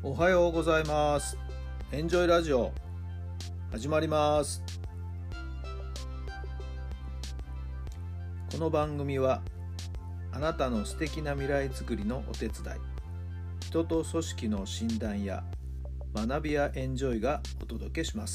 おはようございます。エンジョイラジオ始まります。この番組はあなたの素敵な未来づくりのお手伝い、人と組織の診断や学びやエンジョイがお届けします。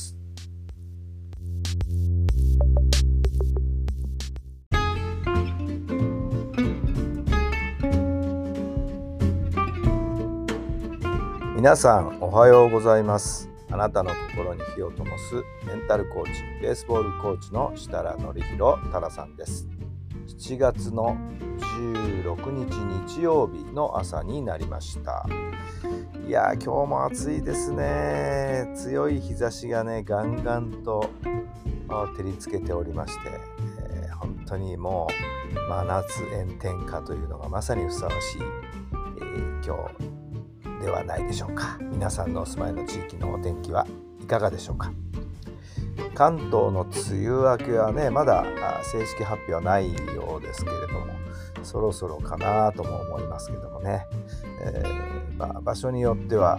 皆さんおはようございます。あなたの心に火を灯すメンタルコーチ、ベースボールコーチの設楽範弘太良さんです。7月の16日日曜日の朝になりました。いや今日も暑いですね。強い日差しがねガンガンと照りつけておりまして、本当にもう真夏炎天下というのがまさにふさわしい、今日ではないでしょうか。皆さんのお住まいの地域のお天気はいかがでしょうか。関東の梅雨明けはねまだ正式発表はないようですけれども、そろそろかなとも思いますけどもね、場所によっては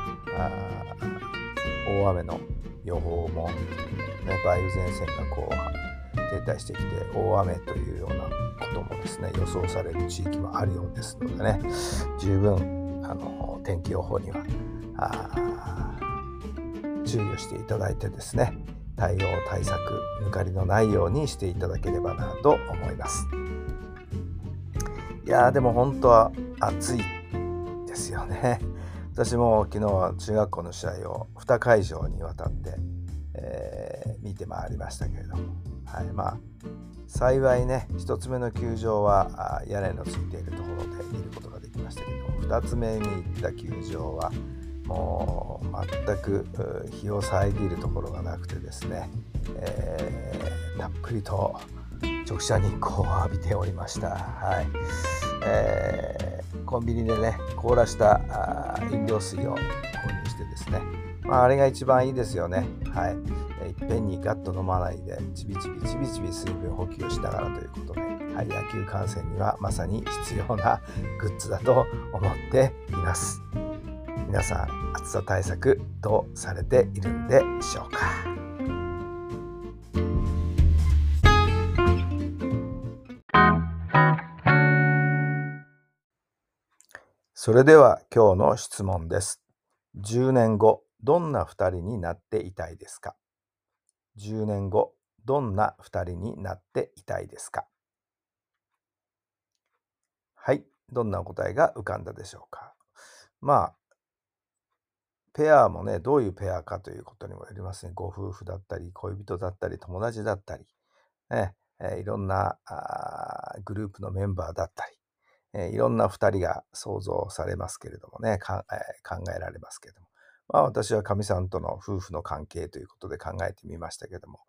大雨の予報も、梅雨前線が停滞してきて大雨というようなこともですね予想される地域もあるようですのでね、十分天気予報には注意をしていただいてですね、対策抜かりのないようにしていただければなと思います。いやでも本当は暑いですよね。私も昨日は中学校の試合を2会場にわたって、見て回りましたけれども、幸いね1つ目の球場は屋根のついているところで見ることができましたけども、2つ目に行った球場はもう全く日を遮るところがなくてですね、たっぷりと直射日光を浴びておりました。コンビニでね凍らした飲料水を購入してですね、あれが一番いいですよね。いっぺんにガッと飲まないでちびちび水分補給をしながらということで、野球観戦にはまさに必要なグッズだと思っています。皆さん暑さ対策どうされているんでしょうか。それでは今日の質問です。10年後どんな2人になっていたいですか。10年後どんな2人になっていたいですか。どんなお答えが浮かんだでしょうか。ペアもねどういうペアかということにもよりますね。ご夫婦だったり恋人だったり友達だったり、いろんなグループのメンバーだったり、いろんな2人が想像されますけれどもね、考えられますけれども、私はかみさんとの夫婦の関係ということで考えてみましたけども、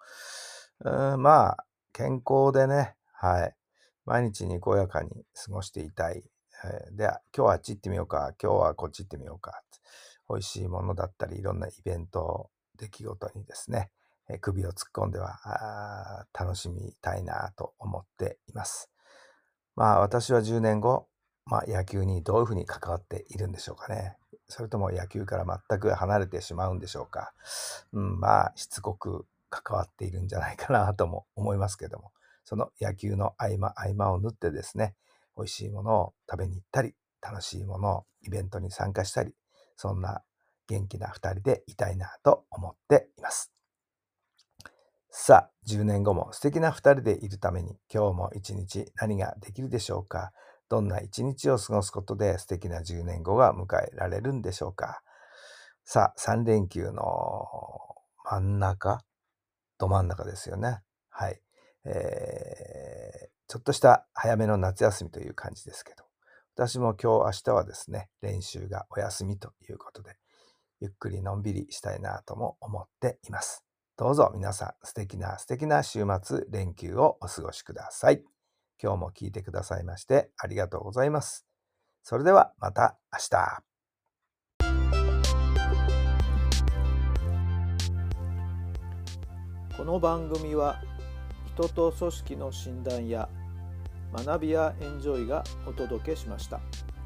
健康でね、毎日にこやかに過ごしていたい。では今日はあっち行ってみようか、今日はこっち行ってみようか、美味しいものだったりいろんなイベント出来事にですね、首を突っ込んでは楽しみたいなと思っています。私は10年後、野球にどういうふうに関わっているんでしょうかね。それとも野球から全く離れてしまうんでしょうか。しつこく関わっているんじゃないかなとも思いますけども、その野球の合間を縫ってですね、美味しいものを食べに行ったり、楽しいものをイベントに参加したり、そんな元気な2人でいたいなと思っています。さあ、10年後も素敵な2人でいるために今日も一日何ができるでしょうか。どんな一日を過ごすことで素敵な10年後が迎えられるんでしょうか。さあ、3連休のど真ん中ですよね。ちょっとした早めの夏休みという感じですけど、私も今日明日はですね練習がお休みということで、ゆっくりのんびりしたいなとも思っています。どうぞ皆さん素敵な週末連休をお過ごしください。今日も聞いてくださいましてありがとうございます。それではまた明日。 この番組は人と組織の診断や学びやエンジョイがお届けしました。